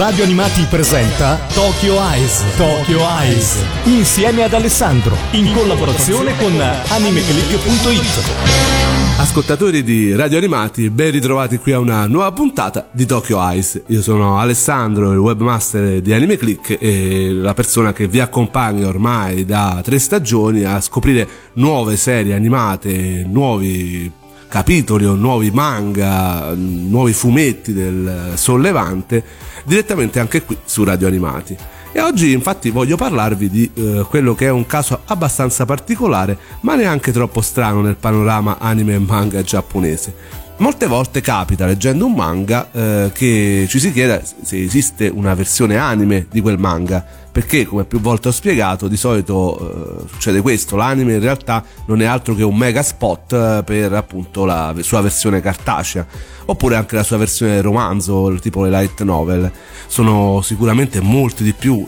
Radio Animati presenta Tokyo Eyes. Tokyo Eyes. Insieme ad Alessandro. In collaborazione con animeclick.it. Ascoltatori di Radio Animati, ben ritrovati qui a una nuova puntata di Tokyo Eyes. Io sono Alessandro, il webmaster di Anime Click e la persona che vi accompagna ormai da 3 stagioni a scoprire nuove serie animate, nuovi capitoli o nuovi manga, nuovi fumetti del Sollevante, direttamente anche qui su Radio Animati. E oggi infatti voglio parlarvi di quello che è un caso abbastanza particolare, ma neanche troppo strano nel panorama anime e manga giapponese. Molte volte capita, leggendo un manga, che ci si chieda se esiste una versione anime di quel manga, perché, come più volte ho spiegato, di solito succede questo: l'anime in realtà non è altro che un mega spot per appunto la sua versione cartacea, oppure anche la sua versione romanzo, tipo le light novel. Sono sicuramente molti di più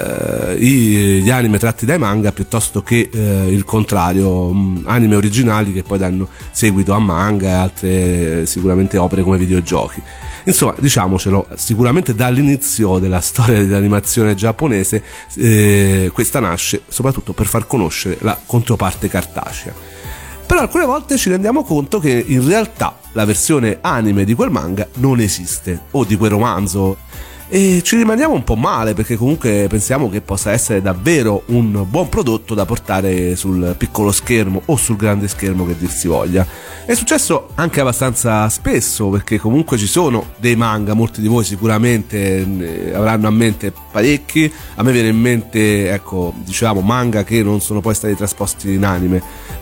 gli anime tratti dai manga piuttosto che il contrario, anime originali che poi danno seguito a manga e altre sicuramente opere come videogiochi. Insomma, diciamocelo, sicuramente dall'inizio della storia dell'animazione giapponese questa nasce soprattutto per far conoscere la controparte cartacea. Però alcune volte ci rendiamo conto che in realtà la versione anime di quel manga non esiste, o di quel romanzo, e ci rimaniamo un po' male, perché comunque pensiamo che possa essere davvero un buon prodotto da portare sul piccolo schermo o sul grande schermo, che dir si voglia. È successo anche abbastanza spesso, perché comunque ci sono dei manga, molti di voi sicuramente avranno a mente parecchi. A me viene in mente, ecco, diciamo manga che non sono poi stati trasposti in anime.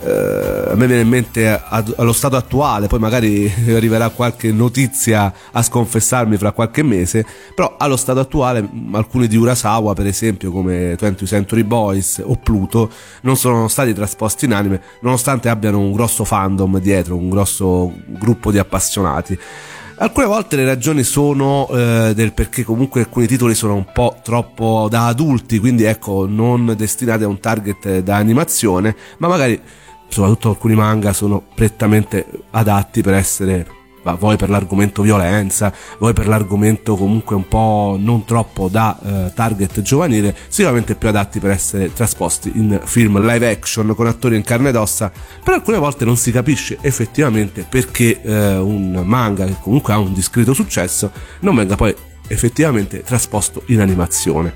A me viene in mente allo stato attuale, poi magari arriverà qualche notizia a sconfessarmi fra qualche mese, però allo stato attuale alcuni di Urasawa, per esempio, come 20th Century Boys o Pluto, non sono stati trasposti in anime, nonostante abbiano un grosso fandom dietro, un grosso gruppo di appassionati. Alcune volte le ragioni sono del perché comunque alcuni titoli sono un po' troppo da adulti, quindi ecco, non destinati a un target da animazione, ma magari soprattutto alcuni manga sono prettamente adatti per essere, voi per l'argomento violenza, voi per l'argomento comunque un po' non troppo da target giovanile, sicuramente più adatti per essere trasposti in film live action con attori in carne ed ossa. Per alcune volte non si capisce effettivamente perché un manga che comunque ha un discreto successo non venga poi effettivamente trasposto in animazione.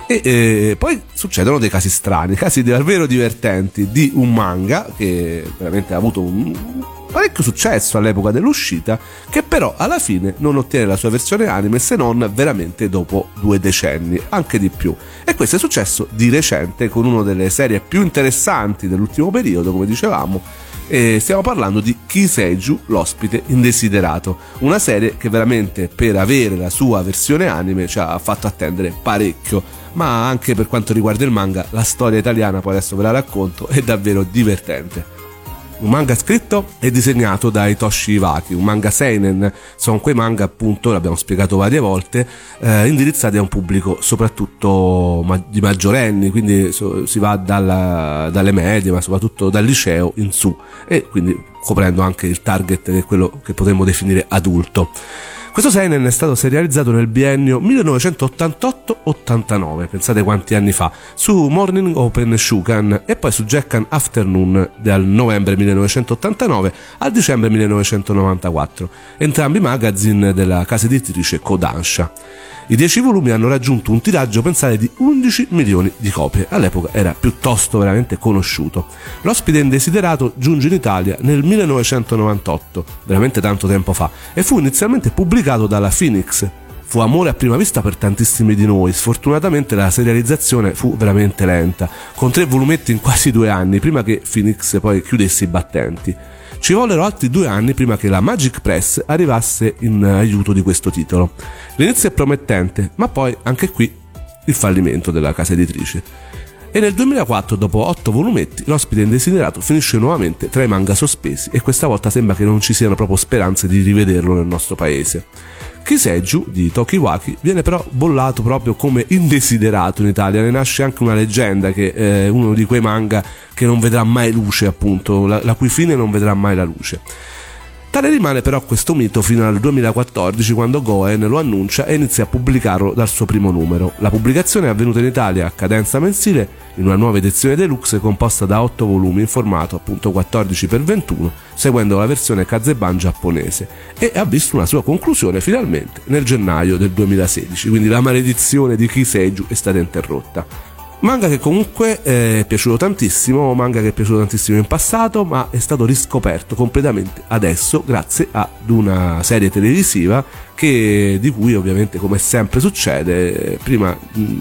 E poi succedono dei casi strani, casi davvero divertenti di un manga che veramente ha avuto un parecchio successo all'epoca dell'uscita, che però alla fine non ottiene la sua versione anime se non veramente dopo 2 decenni, anche di più. E questo è successo di recente con una delle serie più interessanti dell'ultimo periodo, come dicevamo, e stiamo parlando di Kiseiju, l'ospite indesiderato, una serie che veramente per avere la sua versione anime ci ha fatto attendere parecchio. Ma anche per quanto riguarda il manga, la storia italiana, poi adesso ve la racconto, è davvero divertente. Un manga scritto e disegnato da Hitoshi Iwaki, un manga seinen. Sono quei manga, appunto, l'abbiamo spiegato varie volte, indirizzati a un pubblico soprattutto di maggiorenni, quindi si va dalle medie, ma soprattutto dal liceo in su, e quindi coprendo anche il target che è quello che potremmo definire adulto. Questo seinen è stato serializzato nel biennio 1988-89, pensate quanti anni fa, su Morning Open Shukan e poi su Gekkan Afternoon dal novembre 1989 al dicembre 1994, entrambi magazine della casa editrice Kodansha. I 10 volumi hanno raggiunto un tiraggio, pensate, di 11 milioni di copie. All'epoca era piuttosto veramente conosciuto. L'ospite indesiderato giunge in Italia nel 1998, veramente tanto tempo fa, e fu inizialmente pubblicato dalla Phoenix. Fu amore a prima vista per tantissimi di noi. Sfortunatamente la serializzazione fu veramente lenta, con 3 volumetti in quasi 2 anni, prima che Phoenix poi chiudesse i battenti. Ci vollero altri 2 anni prima che la Magic Press arrivasse in aiuto di questo titolo. L'inizio è promettente, ma poi anche qui il fallimento della casa editrice. E nel 2004, dopo 8 volumetti, l'ospite indesiderato finisce nuovamente tra i manga sospesi, e questa volta sembra che non ci siano proprio speranze di rivederlo nel nostro paese. Kiseiju di Tokiwaki viene però bollato proprio come indesiderato in Italia. Ne nasce anche una leggenda che è uno di quei manga che non vedrà mai luce, appunto, la cui fine non vedrà mai la luce. Tale rimane però questo mito fino al 2014, quando Goen lo annuncia e inizia a pubblicarlo dal suo primo numero. La pubblicazione è avvenuta in Italia a cadenza mensile in una nuova edizione deluxe composta da 8 volumi in formato appunto 14x21, seguendo la versione Kazeban giapponese, e ha visto una sua conclusione finalmente nel gennaio del 2016, quindi la maledizione di Kiseiju è stata interrotta. Manga che comunque è piaciuto tantissimo, manga che è piaciuto tantissimo in passato, ma è stato riscoperto completamente adesso grazie ad una serie televisiva di cui ovviamente, come sempre succede, prima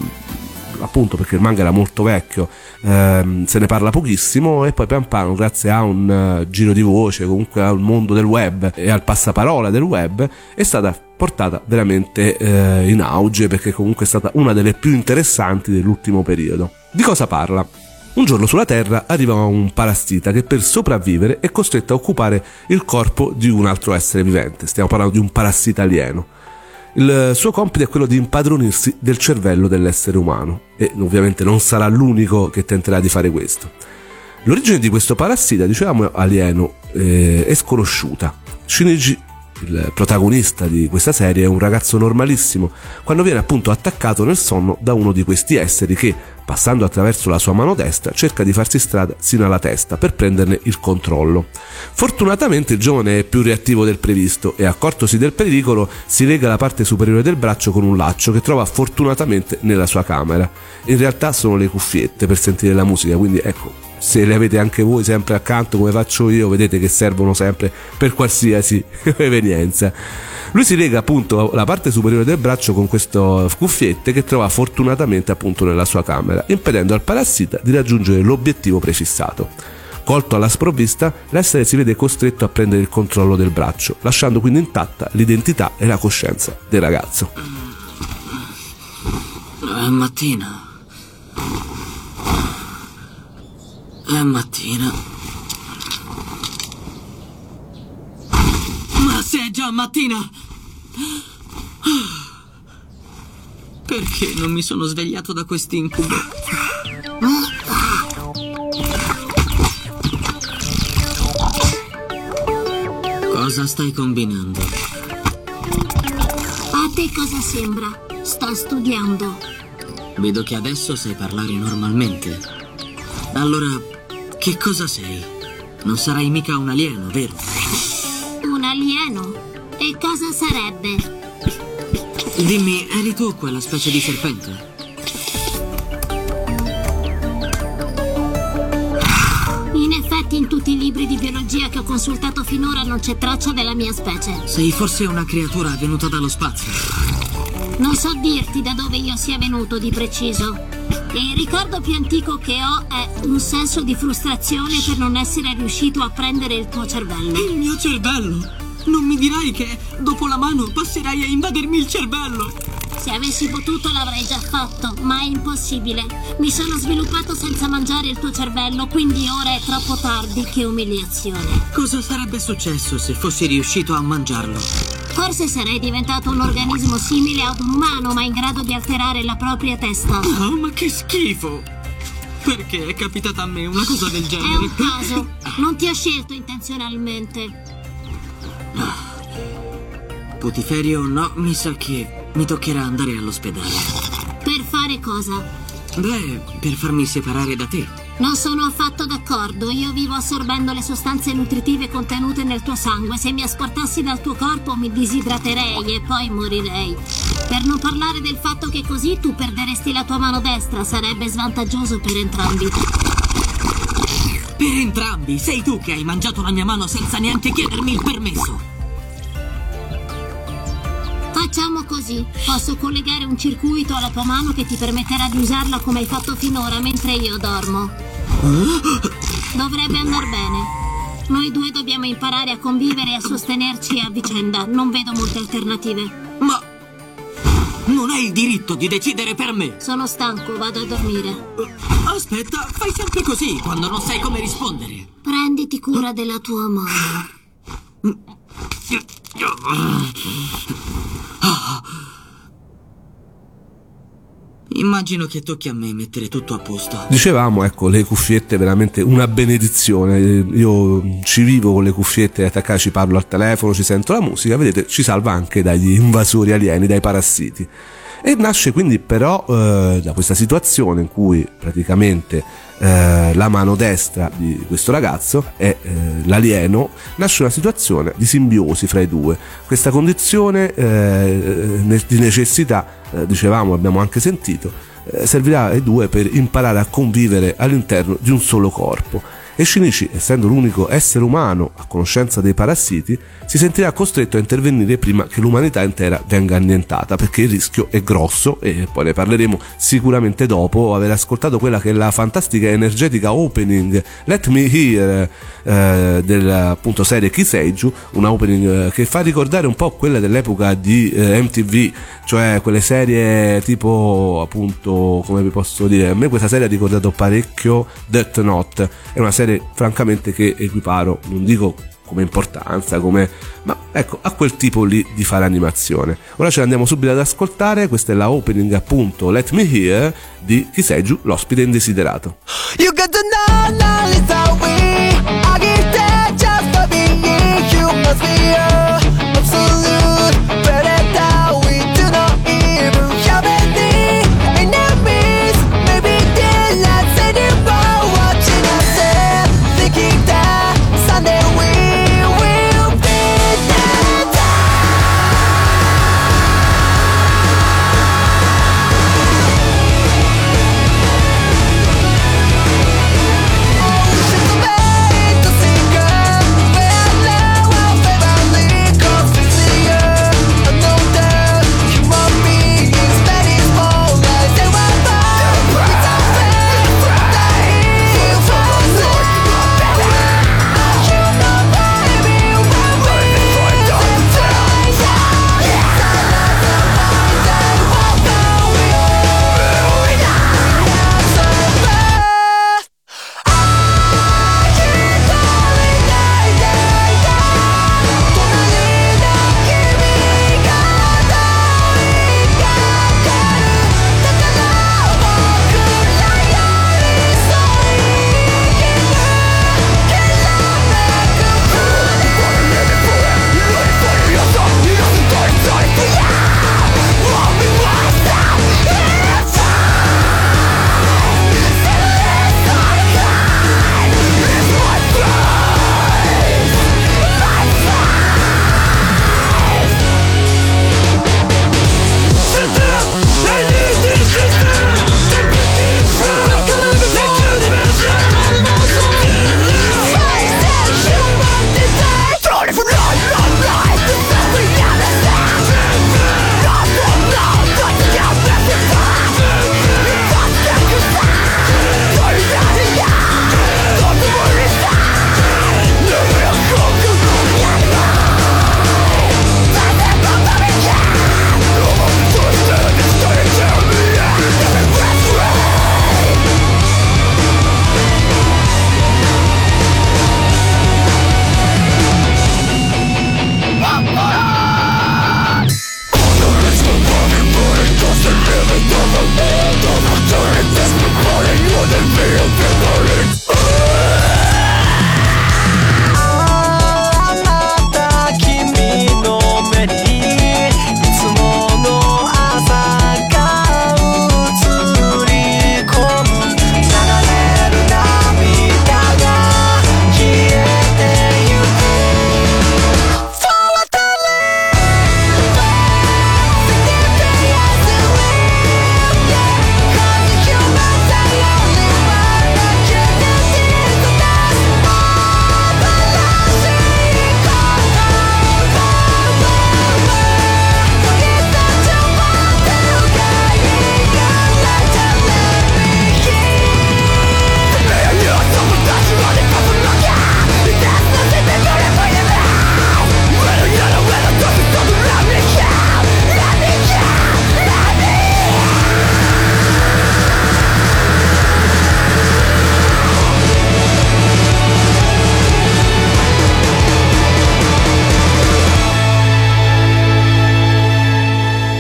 appunto perché il manga era molto vecchio, se ne parla pochissimo, e poi pian piano, grazie a un giro di voce, comunque al mondo del web e al passaparola del web, è stata portata veramente in auge, perché comunque è stata una delle più interessanti dell'ultimo periodo. Di cosa parla? Un giorno sulla Terra arriva un parassita che per sopravvivere è costretto a occupare il corpo di un altro essere vivente. Stiamo parlando di un parassita alieno. Il suo compito è quello di impadronirsi del cervello dell'essere umano, e ovviamente non sarà l'unico che tenterà di fare questo. L'origine di questo parassita, dicevamo alieno, è sconosciuta. Shinji, il protagonista di questa serie, è un ragazzo normalissimo quando viene appunto attaccato nel sonno da uno di questi esseri che, passando attraverso la sua mano destra, cerca di farsi strada sino alla testa per prenderne il controllo. Fortunatamente il giovane è più reattivo del previsto e, accortosi del pericolo, si lega la parte superiore del braccio con un laccio che trova fortunatamente nella sua camera. In realtà sono le cuffiette per sentire la musica, quindi ecco, se le avete anche voi sempre accanto come faccio io, vedete che servono sempre per qualsiasi evenienza. Lui si lega appunto la parte superiore del braccio con queste cuffiette che trova fortunatamente appunto nella sua camera, impedendo al parassita di raggiungere l'obiettivo prefissato. Colto alla sprovvista, l'essere si vede costretto a prendere il controllo del braccio, lasciando quindi intatta l'identità e la coscienza del ragazzo. È mattina. È mattina. Ma se è già mattina! Perché non mi sono svegliato da quest'incubo? Cosa stai combinando? A te cosa sembra? Sto studiando. Vedo che adesso sai parlare normalmente. Allora, che cosa sei? Non sarai mica un alieno, vero? Un alieno? E cosa sarebbe? Dimmi, eri tu quella specie di serpente? In effetti in tutti i libri di biologia che ho consultato finora non c'è traccia della mia specie. Sei forse una creatura venuta dallo spazio? Non so dirti da dove io sia venuto di preciso. Il ricordo più antico che ho è un senso di frustrazione per non essere riuscito a prendere il tuo cervello. Il mio cervello? Non mi dirai che dopo la mano passerai a invadermi il cervello? Se avessi potuto l'avrei già fatto, ma è impossibile. Mi sono sviluppato senza mangiare il tuo cervello, quindi ora è troppo tardi. Che umiliazione. Cosa sarebbe successo se fossi riuscito a mangiarlo? Forse sarei diventato un organismo simile ad un umano, ma in grado di alterare la propria testa. Oh, ma che schifo! Perché è capitata a me una cosa del genere? È un caso. Non ti ho scelto intenzionalmente. Putiferio, no, mi sa che mi toccherà andare all'ospedale. Per fare cosa? Beh, per farmi separare da te. Non sono affatto d'accordo. Io vivo assorbendo le sostanze nutritive contenute nel tuo sangue. Se mi asportassi dal tuo corpo mi disidraterei e poi morirei. Per non parlare del fatto che così tu perderesti la tua mano destra. Sarebbe svantaggioso per entrambi. Per entrambi? Sei tu che hai mangiato la mia mano senza neanche chiedermi il permesso. Facciamo così. Posso collegare un circuito alla tua mano che ti permetterà di usarla come hai fatto finora mentre io dormo. Dovrebbe andar bene. Noi due dobbiamo imparare a convivere e a sostenerci a vicenda. Non vedo molte alternative. Ma non hai il diritto di decidere per me. Sono stanco, vado a dormire. Aspetta, fai sempre così quando non sai come rispondere. Prenditi cura della tua mano. Immagino che tocchi a me mettere tutto a posto. Dicevamo, ecco, le cuffiette veramente una benedizione. Io ci vivo con le cuffiette attaccate, ci parlo al telefono, ci sento la musica, vedete, ci salva anche dagli invasori alieni, dai parassiti. E nasce quindi però da questa situazione in cui praticamente la mano destra di questo ragazzo è l'alieno, nasce una situazione di simbiosi fra i due. Questa condizione di necessità, dicevamo, abbiamo anche sentito, servirà ai due per imparare a convivere all'interno di un solo corpo. E Shinichi, essendo l'unico essere umano a conoscenza dei parassiti, si sentirà costretto a intervenire prima che l'umanità intera venga annientata, perché il rischio è grosso, e poi ne parleremo sicuramente dopo aver ascoltato quella che è la fantastica e energetica opening Let Me Hear della appunto serie Kiseiju, una opening che fa ricordare un po' quella dell'epoca di MTV, cioè quelle serie tipo, appunto, come vi posso dire, a me questa serie ha ricordato parecchio Death Note. È una serie francamente che equiparo, non dico come importanza, ma ecco, a quel tipo lì di fare animazione. Ora ce l'andiamo subito ad ascoltare, questa è la opening appunto Let Me Hear di Kiseiju, l'ospite indesiderato. You got to know it's how we I get that just for being you must be absolute predator. We do not even have any enemies. Maybe they're not anymore watching us thinking that someday we will be dead. She's a bait to sink her, where I know I'll never leave.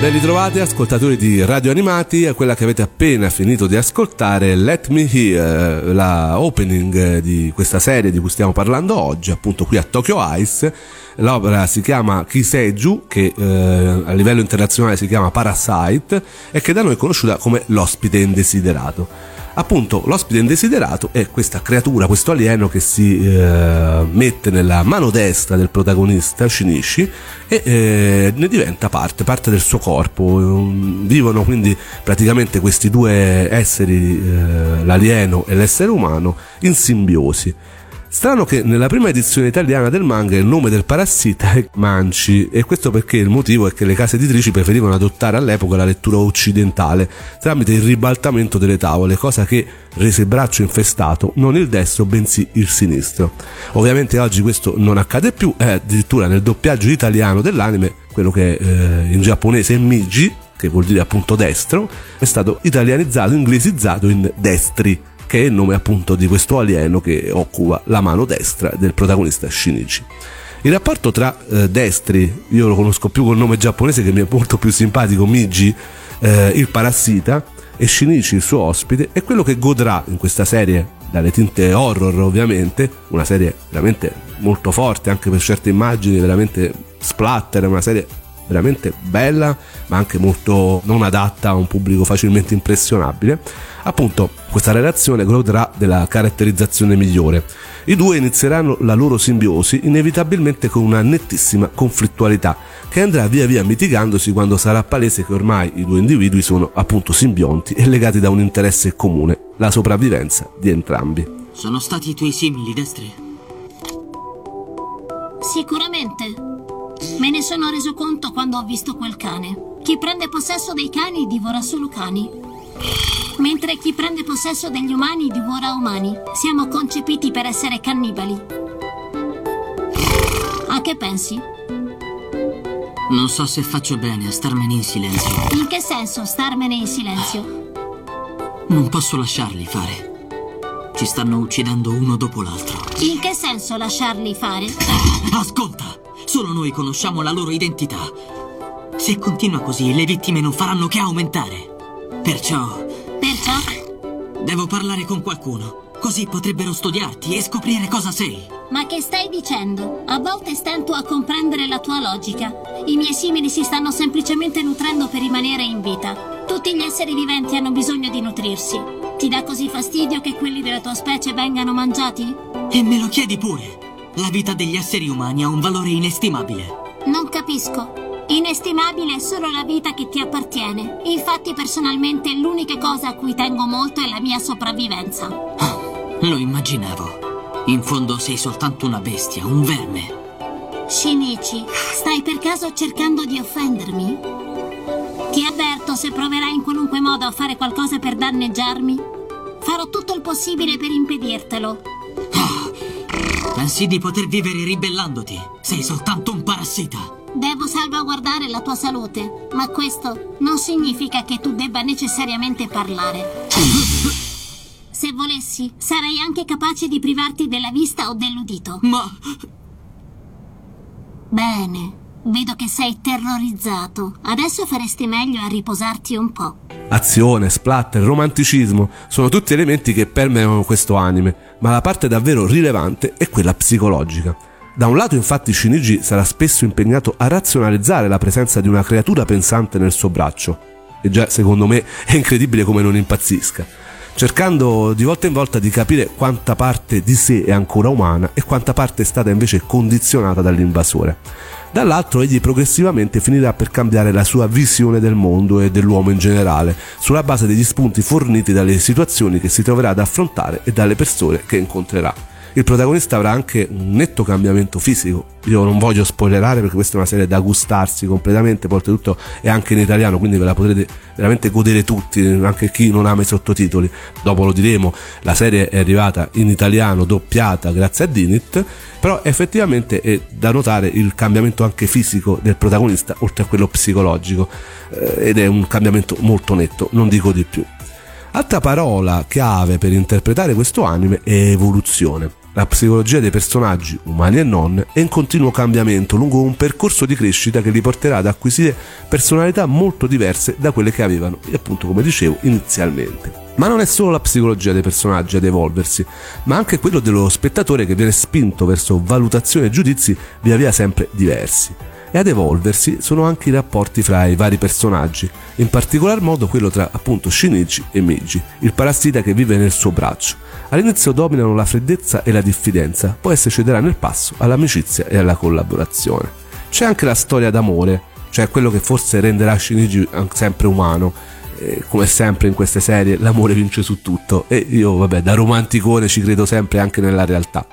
Ben ritrovati ascoltatori di Radio Animati, a quella che avete appena finito di ascoltare, Let Me Hear, la opening di questa serie di cui stiamo parlando oggi, appunto qui a Tokyo Ice. L'opera si chiama Kiseiju, che a livello internazionale si chiama Parasite e che da noi è conosciuta come l'ospite indesiderato. Appunto, l'ospite indesiderato è questa creatura, questo alieno che si mette nella mano destra del protagonista Shinichi e ne diventa parte del suo corpo. Vivono quindi praticamente questi due esseri, l'alieno e l'essere umano, in simbiosi. Strano che nella prima edizione italiana del manga il nome del parassita è Manchi, e questo perché il motivo è che le case editrici preferivano adottare all'epoca la lettura occidentale tramite il ribaltamento delle tavole, cosa che rese il braccio infestato non il destro bensì il sinistro. Ovviamente oggi questo non accade più, e addirittura nel doppiaggio italiano dell'anime quello che in giapponese è Migi, che vuol dire appunto destro, è stato italianizzato, inglesizzato in Destri, che è il nome appunto di questo alieno che occupa la mano destra del protagonista Shinichi. Il rapporto tra destri, io lo conosco più col nome giapponese che mi è molto più simpatico, Migi, il parassita, e Shinichi il suo ospite, è quello che godrà in questa serie, dalle tinte horror ovviamente, una serie veramente molto forte anche per certe immagini, veramente splatter, una serie veramente bella ma anche molto non adatta a un pubblico facilmente impressionabile. Appunto, questa relazione godrà della caratterizzazione migliore. I due inizieranno la loro simbiosi inevitabilmente con una nettissima conflittualità che andrà via via mitigandosi quando sarà palese che ormai i due individui sono appunto simbionti e legati da un interesse comune, la sopravvivenza di entrambi. Sono stati i tuoi simili, Destri? Sicuramente. Me ne sono reso conto quando ho visto quel cane. Chi prende possesso dei cani divora solo cani, mentre chi prende possesso degli umani divora umani. Siamo concepiti per essere cannibali. A che pensi? Non so se faccio bene a starmene in silenzio. In che senso starmene in silenzio? Non posso lasciarli fare. Ci stanno uccidendo uno dopo l'altro. In che senso lasciarli fare? Ascolta! Solo noi conosciamo la loro identità. Se continua così, le vittime non faranno che aumentare. Perciò? Devo parlare con qualcuno. Così potrebbero studiarti e scoprire cosa sei. Ma che stai dicendo? A volte stento a comprendere la tua logica. I miei simili si stanno semplicemente nutrendo per rimanere in vita. Tutti gli esseri viventi hanno bisogno di nutrirsi. Ti dà così fastidio che quelli della tua specie vengano mangiati? E me lo chiedi pure. La vita degli esseri umani ha un valore inestimabile. Non capisco. Inestimabile è solo la vita che ti appartiene. Infatti, personalmente, l'unica cosa a cui tengo molto è la mia sopravvivenza. Lo immaginavo. In fondo sei soltanto una bestia, un verme. Shinichi, stai per caso cercando di offendermi? Ti avverto, se proverai in qualunque modo a fare qualcosa per danneggiarmi, farò tutto il possibile per impedirtelo. Pensi di poter vivere ribellandoti? Sei soltanto un parassita. Devo salvaguardare la tua salute, ma questo non significa che tu debba necessariamente parlare. Se volessi, sarei anche capace di privarti della vista o dell'udito. Ma... Bene, vedo che sei terrorizzato. Adesso faresti meglio a riposarti un po'. Azione, splatter, romanticismo sono tutti elementi che permeano questo anime, ma la parte davvero rilevante è quella psicologica. Da un lato infatti Shinichi sarà spesso impegnato a razionalizzare la presenza di una creatura pensante nel suo braccio, e già secondo me è incredibile come non impazzisca, cercando di volta in volta di capire quanta parte di sé è ancora umana e quanta parte è stata invece condizionata dall'invasore. Dall'altro egli progressivamente finirà per cambiare la sua visione del mondo e dell'uomo in generale, sulla base degli spunti forniti dalle situazioni che si troverà ad affrontare e dalle persone che incontrerà. Il protagonista avrà anche un netto cambiamento fisico. Io non voglio spoilerare perché questa è una serie da gustarsi completamente, poi oltretutto è anche in italiano, quindi ve la potrete veramente godere tutti, anche chi non ama i sottotitoli. Dopo lo diremo, la serie è arrivata in italiano doppiata grazie a Dinit, però effettivamente è da notare il cambiamento anche fisico del protagonista oltre a quello psicologico, ed è un cambiamento molto netto, non dico di più. Altra parola chiave per interpretare questo anime è evoluzione. la psicologia dei personaggi, umani e non, è in continuo cambiamento lungo un percorso di crescita che li porterà ad acquisire personalità molto diverse da quelle che avevano, e appunto, come dicevo, inizialmente. Ma non è solo la psicologia dei personaggi ad evolversi, ma anche quello dello spettatore che viene spinto verso valutazioni e giudizi via via sempre diversi. E ad evolversi sono anche i rapporti fra i vari personaggi, in particolar modo quello tra appunto Shinichi e Meiji, il parassita che vive nel suo braccio. All'inizio dominano la freddezza e la diffidenza, poi si cederà nel passo all'amicizia e alla collaborazione. C'è anche la storia d'amore, cioè quello che forse renderà Shinichi sempre umano. Come sempre in queste serie l'amore vince su tutto, e io vabbè, da romanticone ci credo sempre anche nella realtà.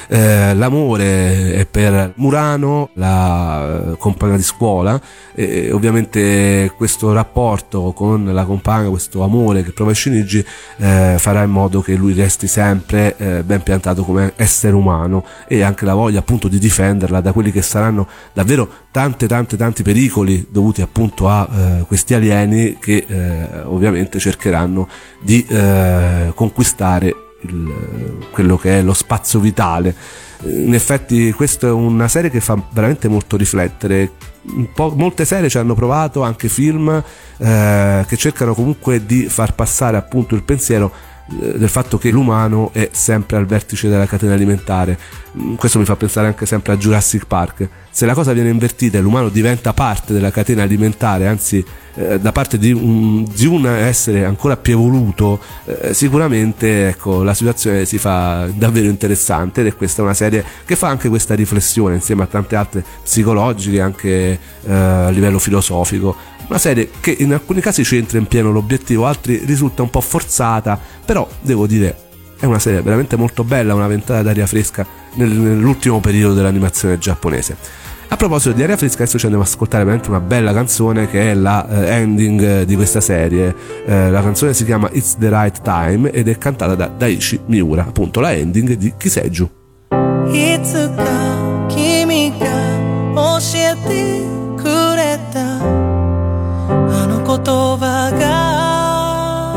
L'amore è per Murano, la compagna di scuola, e ovviamente questo rapporto con la compagna, questo amore che prova Shinichi farà in modo che lui resti sempre ben piantato come essere umano, e anche la voglia appunto di difenderla da quelli che saranno davvero tanti pericoli dovuti appunto a questi alieni che ovviamente cercheranno di conquistare quello che è lo spazio vitale. In effetti questa è una serie che fa veramente molto riflettere. Molte serie ci hanno provato, anche film che cercano comunque di far passare appunto il pensiero del fatto che l'umano è sempre al vertice della catena alimentare. Questo mi fa pensare anche sempre a Jurassic Park. Se la cosa viene invertita e l'umano diventa parte della catena alimentare, anzi da parte di un essere ancora più evoluto, sicuramente ecco, la situazione si fa davvero interessante, ed è questa una serie che fa anche questa riflessione insieme a tante altre psicologiche, anche a livello filosofico. Una serie che in alcuni casi centra in pieno l'obiettivo, altri risulta un po' forzata, però devo dire è una serie veramente molto bella, una ventata d'aria fresca nell'ultimo periodo dell'animazione giapponese. A proposito di aria fresca, adesso ci andiamo ad ascoltare veramente una bella canzone che è la ending di questa serie. La canzone si chiama It's the Right Time ed è cantata da Daichi Miura, appunto la ending di Kiseiju. いつか君が教えてくれたあの言葉が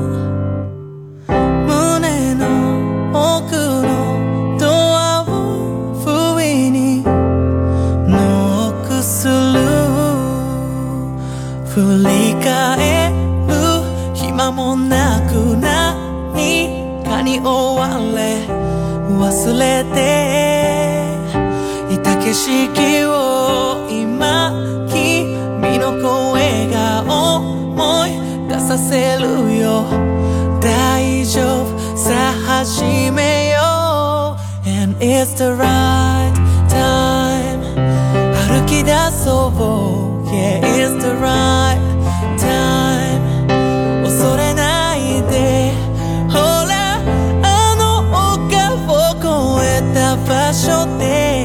胸の奥のドアを不意にノックする振り返る暇もなく何かに追われ忘れていた景色を今君の声が思い出させるよ大丈夫さあ始めよう And it's the right time 歩き出そう Yeah it's the right time 恐れないでほら場所で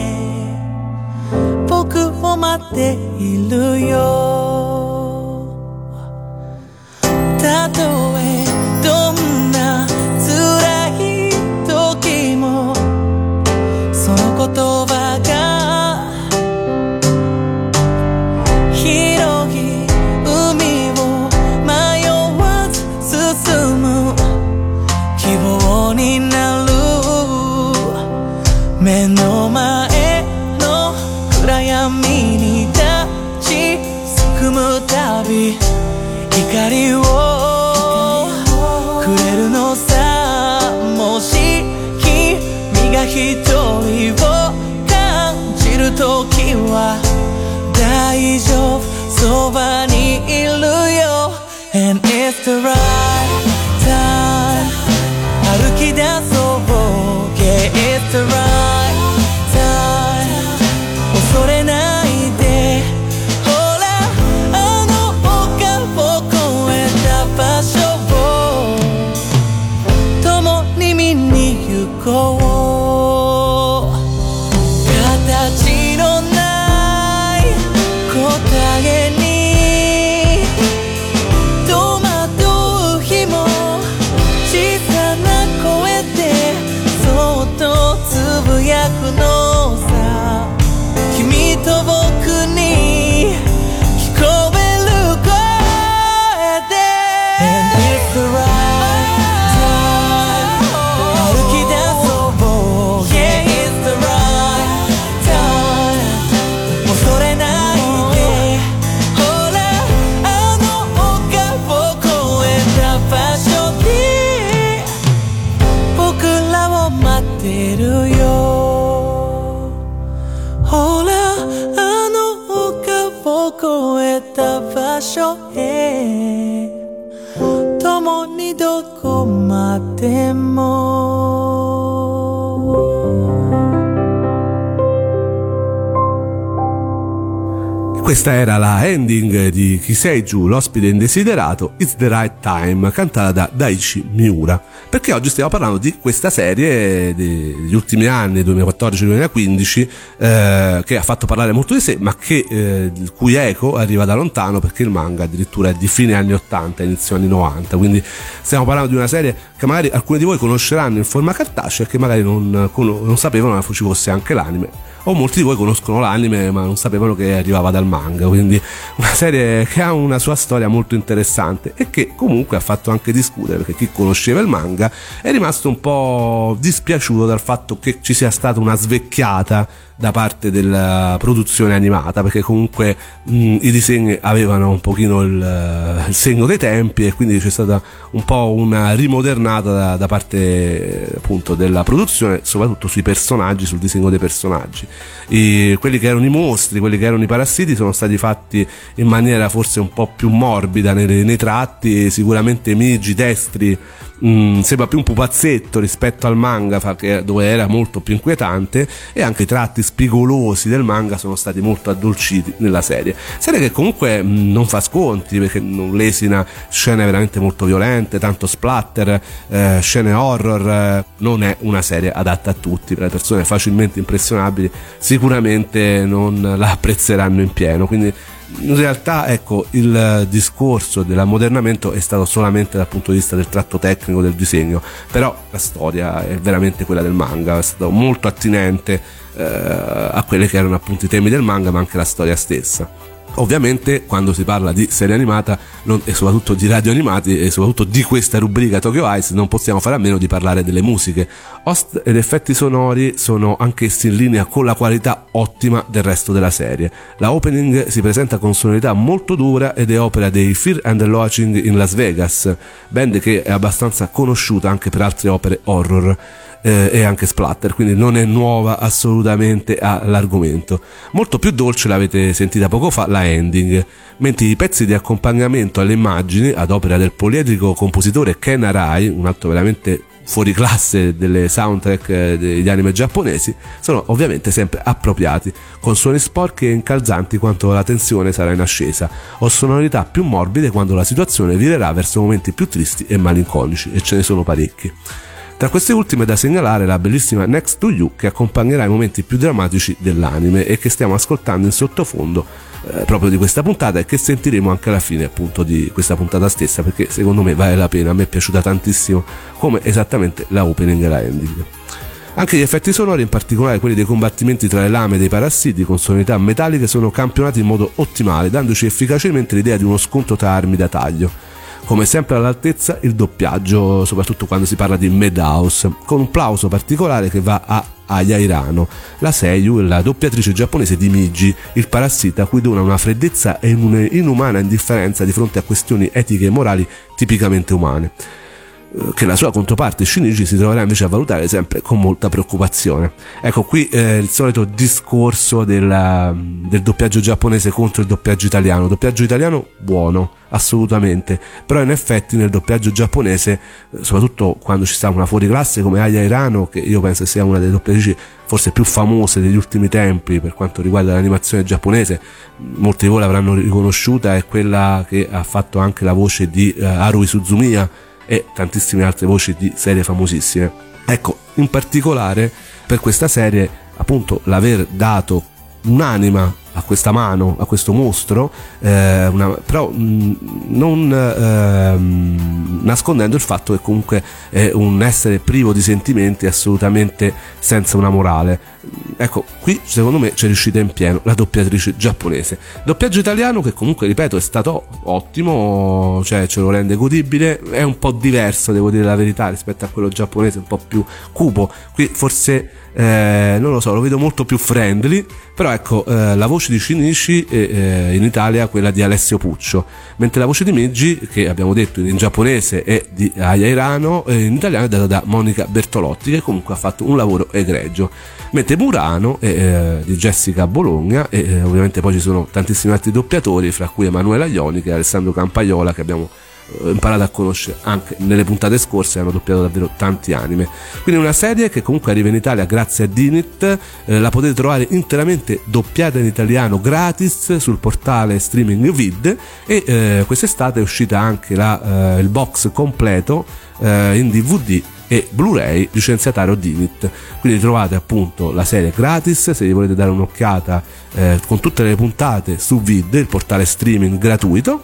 僕を待っているよたとえどんな辛い時もその言葉が広い海を迷わず進む希望になる目の前の暗闇に立ちすくむたび光をくれるのさもし君が一人を感じるときは大丈夫そばにいるよ And it's the right time 歩き出そう Yeah it's the right恐れないでほらあの丘を越えた場所を共に見に行こう形のない答えににどこまでも Questa era la ending di Kiseiju, l'ospite indesiderato, It's the Right Time, cantata da Daichi Miura. Perché oggi stiamo parlando di questa serie degli ultimi anni, 2014-2015, che ha fatto parlare molto di sé, ma che il cui eco arriva da lontano, perché il manga addirittura è di fine anni 80, inizio anni 90. Quindi stiamo parlando di una serie che magari alcuni di voi conosceranno in forma cartacea e che magari non sapevano che ci fosse anche l'anime. O molti di voi conoscono l'anime ma non sapevano che arrivava dal manga, quindi una serie che ha una sua storia molto interessante e che comunque ha fatto anche discutere, perché chi conosceva il manga è rimasto un po' dispiaciuto dal fatto che ci sia stata una svecchiata da parte della produzione animata, perché comunque i disegni avevano un pochino il segno dei tempi e quindi c'è stata un po' una rimodernata da parte appunto della produzione, soprattutto sui personaggi, sul disegno dei personaggi. Quelli che erano i mostri, quelli che erano i parassiti sono stati fatti in maniera forse un po' più morbida nei tratti. Sicuramente Migi Destri sembra più un pupazzetto rispetto al manga, dove era molto più inquietante, e anche i tratti spigolosi del manga sono stati molto addolciti nella serie che comunque non fa sconti, perché non lesina scene veramente molto violente, tanto splatter, scene horror. Non è una serie adatta a tutti, per le persone facilmente impressionabili sicuramente non la apprezzeranno in pieno. Quindi in realtà, ecco, il discorso dell'ammodernamento è stato solamente dal punto di vista del tratto tecnico del disegno, però la storia è veramente quella del manga, è stato molto attinente a quelli che erano appunto i temi del manga, ma anche la storia stessa. Ovviamente quando si parla di serie animata e soprattutto di radio animati e soprattutto di questa rubrica Tokyo Eyes, non possiamo fare a meno di parlare delle musiche. Host ed effetti sonori sono anch'essi in linea con la qualità ottima del resto della serie. La opening si presenta con sonorità molto dura ed è opera dei Fear and Loathing in Las Vegas, band che è abbastanza conosciuta anche per altre opere horror e anche splatter, quindi non è nuova assolutamente all'argomento. Molto più dolce, l'avete sentita poco fa, la ending, mentre i pezzi di accompagnamento alle immagini, ad opera del poliedrico compositore Ken Arai, un altro veramente fuori classe delle soundtrack degli anime giapponesi, sono ovviamente sempre appropriati, con suoni sporchi e incalzanti quanto la tensione sarà in ascesa, o sonorità più morbide quando la situazione virerà verso momenti più tristi e malinconici, e ce ne sono parecchi. Tra queste ultime è da segnalare la bellissima Next to You, che accompagnerà i momenti più drammatici dell'anime e che stiamo ascoltando in sottofondo proprio di questa puntata, e che sentiremo anche alla fine appunto di questa puntata stessa, perché secondo me vale la pena. A me è piaciuta tantissimo, come esattamente la opening e la ending. Anche gli effetti sonori, in particolare quelli dei combattimenti tra le lame dei parassiti con sonorità metalliche, sono campionati in modo ottimale, dandoci efficacemente l'idea di uno scontro tra armi da taglio. Come sempre all'altezza il doppiaggio, soprattutto quando si parla di Madhouse, con un plauso particolare che va a Aya Hirano, la seiyuu e la doppiatrice giapponese di Migi, il parassita, a cui dona una freddezza e un'inumana indifferenza di fronte a questioni etiche e morali tipicamente umane, che la sua controparte Shinichi si troverà invece a valutare sempre con molta preoccupazione. Ecco, qui il solito discorso del doppiaggio giapponese contro il doppiaggio italiano. Il doppiaggio italiano buono, assolutamente, però in effetti nel doppiaggio giapponese, soprattutto quando ci sta una fuoriclasse come Aya Hirano, che io penso sia una delle doppiatrici forse più famose degli ultimi tempi per quanto riguarda l'animazione giapponese, molti di voi l'avranno riconosciuta, è quella che ha fatto anche la voce di Haruhi Suzumiya e tantissime altre voci di serie famosissime. Ecco, in particolare per questa serie, appunto, l'aver dato un'anima a questa mano, a questo mostro, però non nascondendo il fatto che comunque è un essere privo di sentimenti, assolutamente senza una morale. Ecco, qui secondo me c'è riuscita in pieno la doppiatrice giapponese. Doppiaggio italiano che comunque, ripeto, è stato ottimo, cioè ce lo rende godibile, è un po' diverso, devo dire la verità, rispetto a quello giapponese, un po' più cupo. Qui forse non lo so, lo vedo molto più friendly, però ecco, la voce di Shinichi in Italia quella di Alessio Puccio, mentre la voce di Migi, che abbiamo detto in giapponese è di Aya Hirano, in italiano è data da Monica Bertolotti, che comunque ha fatto un lavoro egregio, mentre Murano è di Jessica Bologna, e ovviamente poi ci sono tantissimi altri doppiatori, fra cui Emanuela Ioni e Alessandro Campaiola, che abbiamo imparato a conoscere anche nelle puntate scorse, hanno doppiato davvero tanti anime. Quindi una serie che comunque arriva in Italia grazie a Dinit, la potete trovare interamente doppiata in italiano gratis sul portale streaming Vid, e quest'estate è uscita anche il box completo in DVD e Blu-ray licenziatario Dinit, quindi trovate appunto la serie gratis se vi volete dare un'occhiata con tutte le puntate su Vid, il portale streaming gratuito,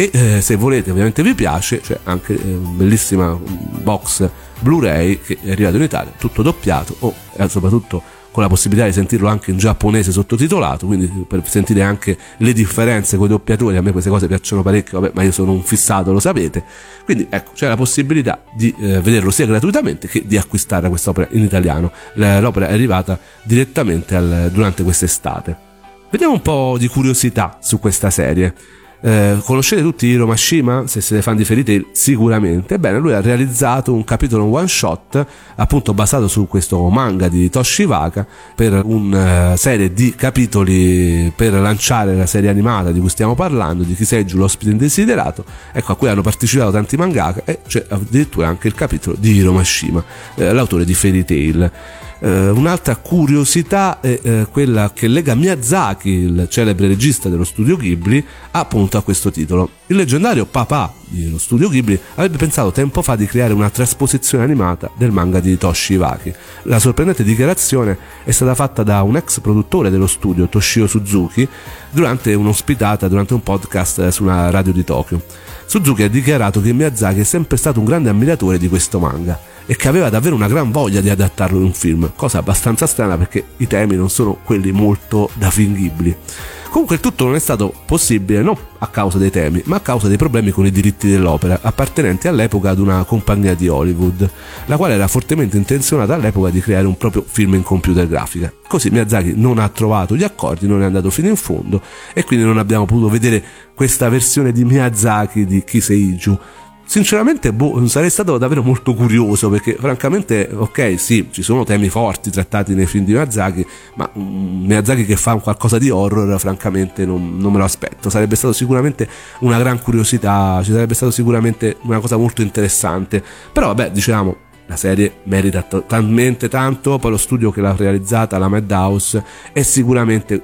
e se volete, ovviamente vi piace, c'è anche un bellissima box Blu-ray che è arrivato in Italia tutto doppiato, o soprattutto con la possibilità di sentirlo anche in giapponese sottotitolato, quindi per sentire anche le differenze con i doppiatori. A me queste cose piacciono parecchio, vabbè, ma io sono un fissato, lo sapete, quindi ecco, c'è la possibilità di vederlo sia gratuitamente che di acquistare quest'opera in italiano. L'opera è arrivata direttamente durante quest'estate. Vediamo un po' di curiosità su questa serie. Conoscete tutti Hiro Mashima? Se siete fan di Fairy Tail sicuramente. Ebbene, lui ha realizzato un capitolo one shot appunto basato su questo manga di Toshivaka per una serie di capitoli per lanciare la serie animata di cui stiamo parlando, di Kiseiju l'ospite indesiderato, ecco, a cui hanno partecipato tanti mangaka, e c'è addirittura anche il capitolo di Hiro Mashima, l'autore di Fairy Tail. Un'altra curiosità è quella che lega Miyazaki, il celebre regista dello studio Ghibli, appunto a questo titolo. Il leggendario papà dello studio Ghibli avrebbe pensato tempo fa di creare una trasposizione animata del manga di Toshivaki. La sorprendente dichiarazione è stata fatta da un ex produttore dello studio, Toshio Suzuki, durante un'ospitata durante un podcast su una radio di Tokyo. Suzuki ha dichiarato che Miyazaki è sempre stato un grande ammiratore di questo manga e che aveva davvero una gran voglia di adattarlo in un film, cosa abbastanza strana perché i temi non sono quelli molto da film Ghibli. Comunque il tutto non è stato possibile non a causa dei temi, ma a causa dei problemi con i diritti dell'opera, appartenenti all'epoca ad una compagnia di Hollywood, la quale era fortemente intenzionata all'epoca di creare un proprio film in computer grafica. Così Miyazaki non ha trovato gli accordi, non è andato fino in fondo, e quindi non abbiamo potuto vedere questa versione di Miyazaki di Kiseiju. Sinceramente sarei stato davvero molto curioso, perché francamente, ok, sì, ci sono temi forti trattati nei film di Miyazaki, ma Miyazaki che fa qualcosa di horror francamente non me lo aspetto. Sarebbe stato sicuramente una gran curiosità, ci sarebbe stato sicuramente una cosa molto interessante. Però vabbè, diciamo, la serie merita talmente tanto, poi lo studio che l'ha realizzata, la Madhouse, è sicuramente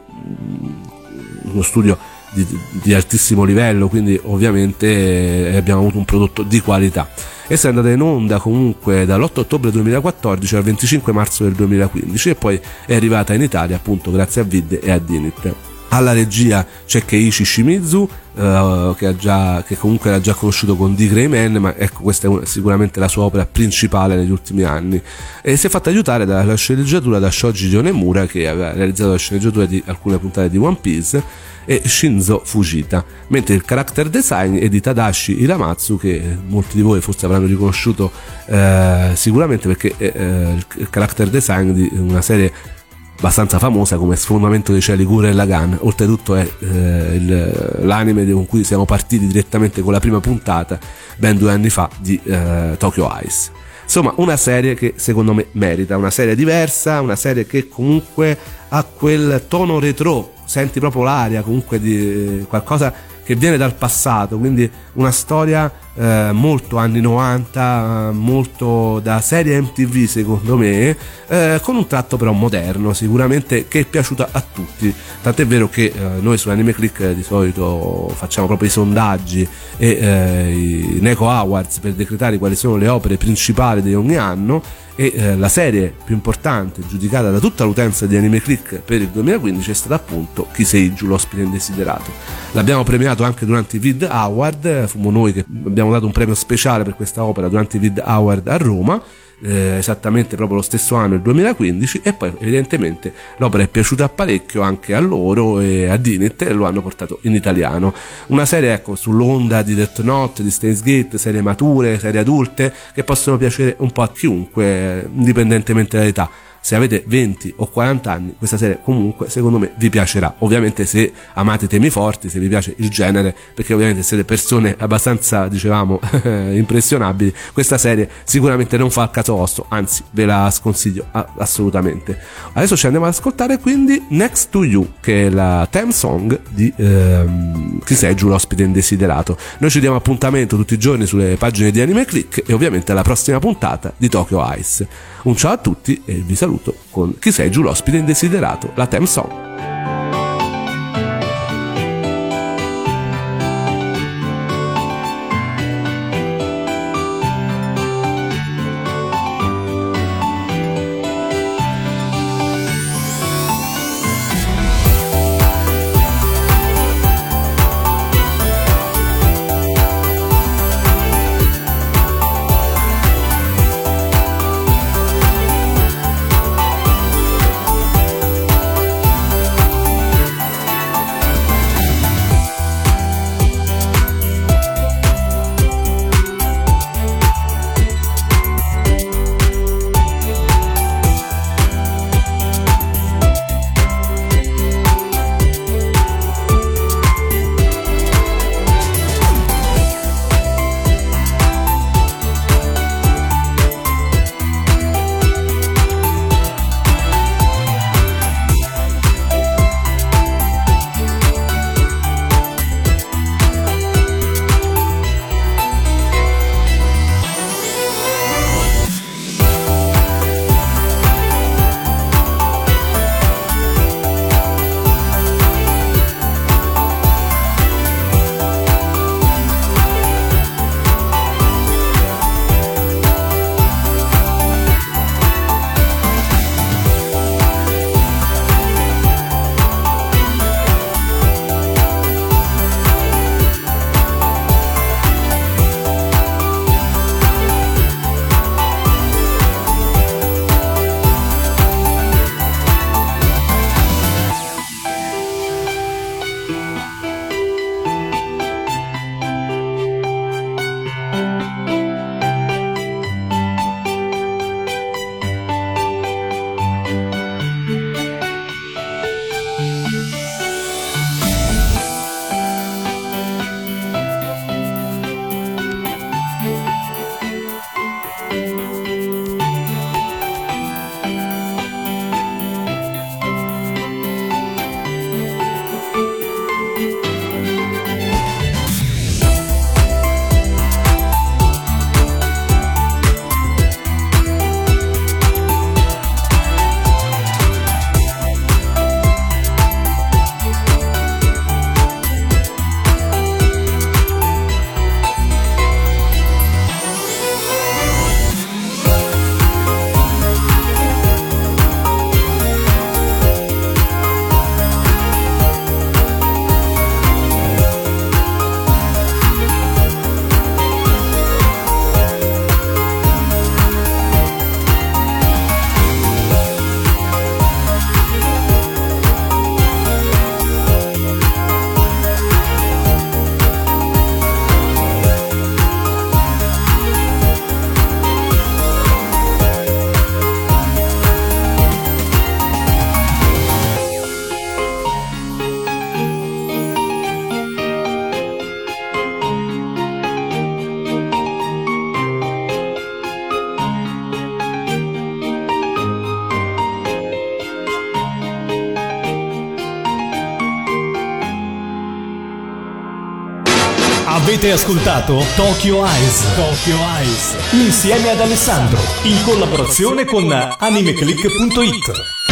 uno studio di altissimo livello, quindi ovviamente abbiamo avuto un prodotto di qualità. Essa è andata in onda comunque dall'8 ottobre 2014 al 25 marzo del 2015 e poi è arrivata in Italia appunto grazie a Vid e a Dinit. Alla regia c'è Keiichi Shimizu, che comunque era già conosciuto con The Gray Man, ma ecco, questa è sicuramente la sua opera principale negli ultimi anni, e si è fatta aiutare dalla sceneggiatura da Shoji Yonemura, che aveva realizzato la sceneggiatura di alcune puntate di One Piece, e Shinzo Fujita, mentre il character design è di Tadashi Hiramatsu, che molti di voi forse avranno riconosciuto sicuramente perché è il character design di una serie abbastanza famosa come Sfondamento dei cieli, Gurren Lagann. Oltretutto è l'anime con cui siamo partiti direttamente con la prima puntata ben 2 anni fa di Tokyo Ice. Insomma, una serie che secondo me merita, una serie diversa, una serie che comunque ha quel tono retro, senti proprio l'aria comunque di qualcosa che viene dal passato, quindi una storia molto anni 90, molto da serie MTV secondo me, con un tratto però moderno sicuramente, che è piaciuta a tutti. Tant'è vero che noi su Anime Click di solito facciamo proprio i sondaggi e i Neko Awards per decretare quali sono le opere principali di ogni anno, e la serie più importante giudicata da tutta l'utenza di Anime Click per il 2015 è stata appunto Kiseiju l'ospite indesiderato. L'abbiamo premiato anche durante i Vid Award, fummo noi che abbiamo dato un premio speciale per questa opera durante i Vid Award a Roma, esattamente proprio lo stesso anno, il 2015, e poi evidentemente l'opera è piaciuta parecchio anche a loro e a Dinit, e lo hanno portato in italiano. Una serie, ecco, sull'onda di Death Note, di Steins Gate, serie mature, serie adulte che possono piacere un po' a chiunque indipendentemente dall'età. se avete 20 o 40 anni questa serie comunque secondo me vi piacerà, ovviamente se amate temi forti, se vi piace il genere, perché ovviamente siete persone abbastanza, dicevamo, impressionabili, questa serie sicuramente non fa il caso vostro, anzi ve la sconsiglio assolutamente. Adesso ci andiamo ad ascoltare quindi Next to You, che è la theme song di Chi sei giù, l'ospite indesiderato. Noi ci diamo appuntamento tutti i giorni sulle pagine di Anime Click e ovviamente alla prossima puntata di Tokyo Ice. Un ciao a tutti e vi saluto con Chi sei giù, l'ospite indesiderato, la theme song. Avete ascoltato Tokyo Eyes. Tokyo Eyes insieme ad Alessandro in collaborazione con animeclick.it.